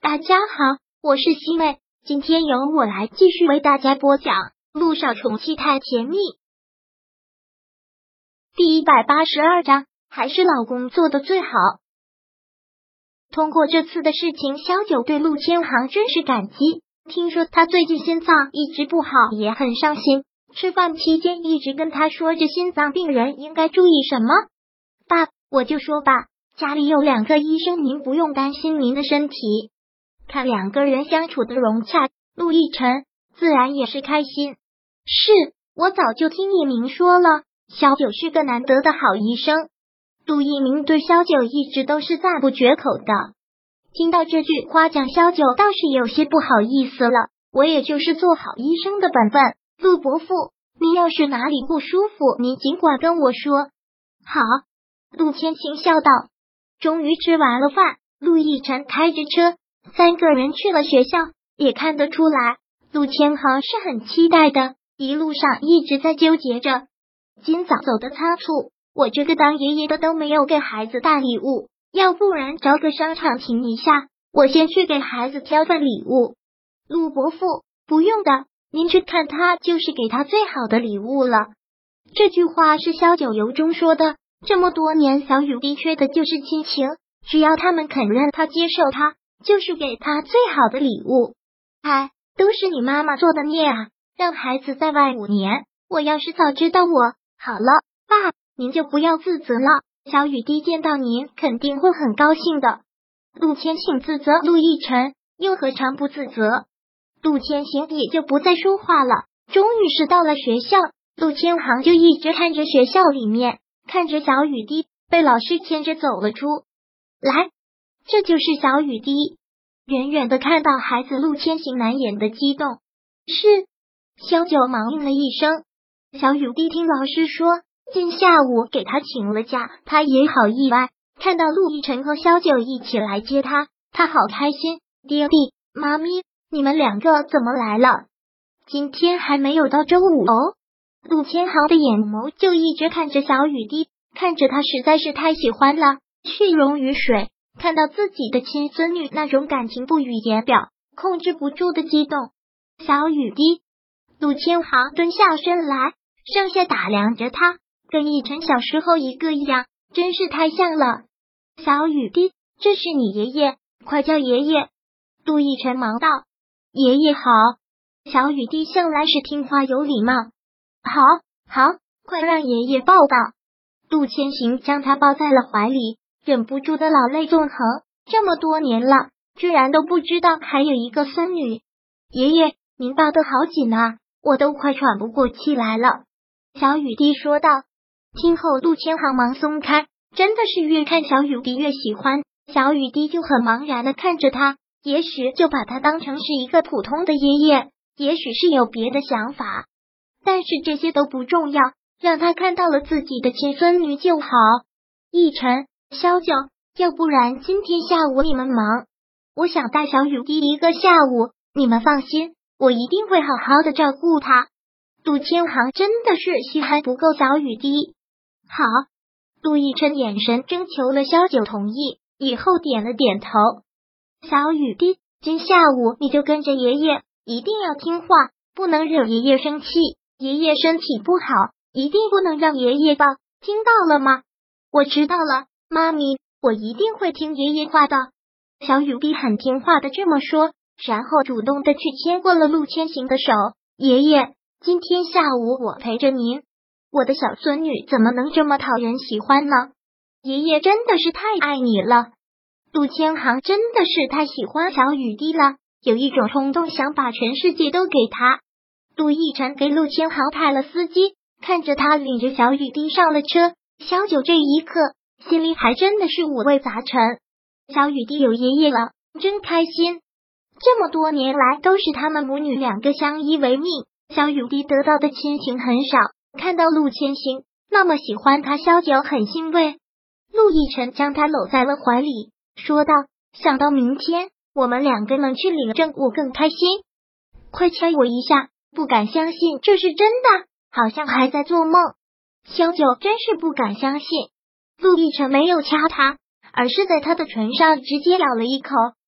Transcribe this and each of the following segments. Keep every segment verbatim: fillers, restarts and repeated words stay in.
大家好，我是西妹，今天由我来继续为大家播讲《陆少宠妻太甜蜜》第一百八十二章，还是老公做的最好。通过这次的事情，萧九对陆千行真是感激。听说他最近心脏一直不好，也很伤心。吃饭期间一直跟他说着心脏病人应该注意什么。爸，我就说吧，家里有两个医生，您不用担心您的身体。看两个人相处的融洽，陆亦辰自然也是开心。是，我早就听一鸣说了，萧九是个难得的好医生。陆一鸣对萧九一直都是赞不绝口的。听到这句夸奖，萧九倒是有些不好意思了。我也就是做好医生的本分，陆伯父，您要是哪里不舒服，您尽管跟我说。好，陆千行笑道。终于吃完了饭，陆亦辰开着车，三个人去了学校。也看得出来，陆千行是很期待的，一路上一直在纠结着。今早走的仓促，我这个当爷爷的都没有给孩子带礼物，要不然找个商场停一下，我先去给孩子挑份礼物。陆伯父，不用的，您去看他就是给他最好的礼物了。这句话是萧九由衷说的，这么多年小雨滴缺的就是亲情，只要他们肯认他接受他，就是给他最好的礼物。哎，都是你妈妈做的孽啊，让孩子在外五年，我要是早知道我……好了，爸，您就不要自责了，小雨滴见到您肯定会很高兴的。陆千行自责陆亦辰，又何尝不自责？陆千行也就不再说话了。终于是到了学校，陆千行就一直看着学校里面，看着小雨滴被老师牵着走了出来。这就是小雨滴。远远的看到孩子，陆千行难掩的激动。是，萧九忙应了一声。小雨滴听老师说今下午给他请了假，他也好意外，看到陆亦辰和萧九一起来接他，他好开心。爹地，妈咪，你们两个怎么来了？今天还没有到周五哦。陆千行的眼眸就一直看着小雨滴，看着他实在是太喜欢了，血溶于水。看到自己的亲孙女那种感情不语言表，控制不住的激动。小雨滴，陆千行蹲下身来，上下打量着他，跟亦辰小时候一个一样，真是太像了。小雨滴，这是你爷爷，快叫爷爷。陆亦辰忙道。爷爷好。小雨滴向来是听话有礼貌。好，好，快让爷爷抱抱。陆千行将他抱在了怀里，忍不住的老泪纵横。这么多年了，居然都不知道还有一个孙女。爷爷，您抱得好紧啊，我都快喘不过气来了。小雨滴说道。听后陆千行忙松开，真的是越看小雨滴越喜欢。小雨滴就很茫然的看着他，也许就把他当成是一个普通的爷爷，也许是有别的想法，但是这些都不重要，让他看到了自己的亲孙女就好。亦辰，萧九，要不然今天下午你们忙，我想带小雨滴一个下午，你们放心，我一定会好好的照顾她。陆千行真的是稀罕不够小雨滴。好，陆亦辰眼神征求了萧九同意，以后点了点头。小雨滴，今下午你就跟着爷爷，一定要听话，不能惹爷爷生气，爷爷身体不好，一定不能让爷爷抱，听到了吗？我知道了，妈咪，我一定会听爷爷话的。小雨滴很听话的这么说，然后主动的去牵过了陆千行的手。爷爷，今天下午我陪着您。我的小孙女怎么能这么讨人喜欢呢？爷爷真的是太爱你了。陆千行真的是太喜欢小雨滴了，有一种冲动想把全世界都给他。陆亦辰给陆千行派了司机，看着他领着小雨滴上了车。萧九这一刻心里还真的是五味杂陈。小雨滴有爷爷了，真开心。这么多年来都是他们母女两个相依为命，小雨滴得到的亲情很少，看到陆千行那么喜欢他，萧九很欣慰。陆亦辰将他搂在了怀里，说道，想到明天我们两个能去领证，我更开心。快掐我一下，不敢相信这是真的，好像还在做梦。萧九真是不敢相信，陆亦辰没有掐他，而是在他的唇上直接咬了一口，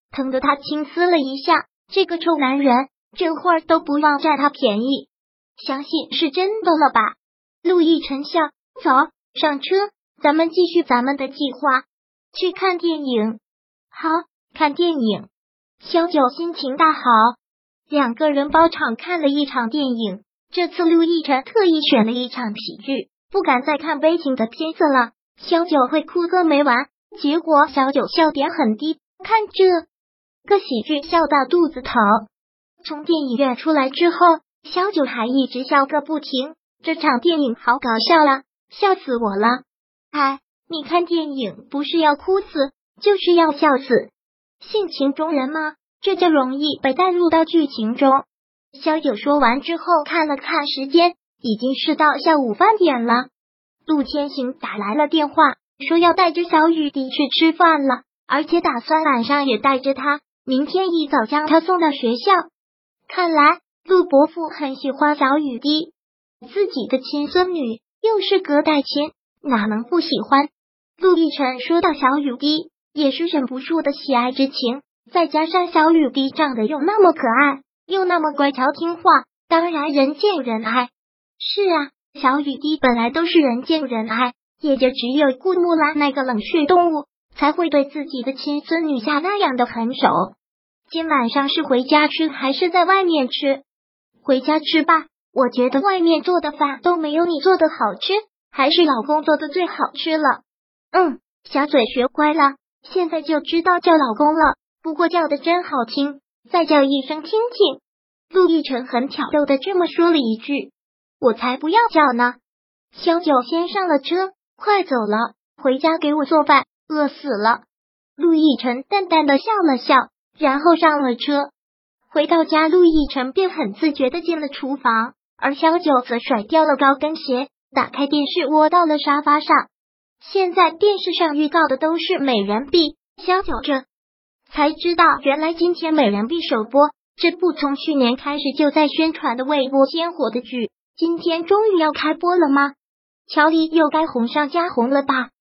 疼得他轻撕了一下，这个臭男人这会儿都不忘占他便宜，相信是真的了吧？陆亦辰笑，走，上车，咱们继续咱们的计划，去看电影。好，看电影。萧九心情大好，两个人包场看了一场电影。这次陆亦辰特意选了一场喜剧，不敢再看悲情的片子了，萧九会哭个没完。结果小九笑点很低，看这个喜剧笑到肚子疼。从电影院出来之后，萧九还一直笑个不停，这场电影好搞笑了，笑死我了。哎，你看电影不是要哭死，就是要笑死，性情中人吗？这就容易被带入到剧情中。萧九说完之后看了看时间，已经是到下午饭点了。陆天行打来了电话，说要带着小雨滴去吃饭了，而且打算晚上也带着他，明天一早将他送到学校。看来陆伯父很喜欢小雨滴，自己的亲孙女又是隔代亲，哪能不喜欢？陆亦辰说到小雨滴，也是忍不住的喜爱之情，再加上小雨滴长得又那么可爱，又那么乖巧听话，当然人见人爱。是啊，小雨滴本来都是人见人爱，也就只有顾木兰那个冷血动物才会对自己的亲孙女下那样的狠手。今晚上是回家吃还是在外面吃？回家吃吧，我觉得外面做的饭都没有你做的好吃，还是老公做的最好吃了。嗯，小嘴学乖了，现在就知道叫老公了，不过叫的真好听，再叫一声听听。陆亦辰很挑逗的这么说了一句，我才不要叫呢。萧九先上了车，快走了，回家给我做饭，饿死了。陆亦辰淡淡的笑了笑，然后上了车。回到家，陆亦辰便很自觉的进了厨房，而萧九则甩掉了高跟鞋，打开电视窝到了沙发上。现在电视上预告的都是美人币，萧九这才知道原来今天美人币首播，这部从去年开始就在宣传的未播先火的剧，今天终于要开播了吗？乔丽又该红上加红了吧？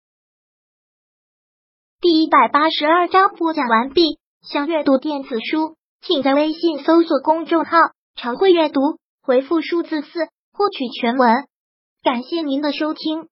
第一百八十二章播讲完毕。想阅读电子书，请在微信搜索公众号常会阅读，回复数字四获取全文。感谢您的收听。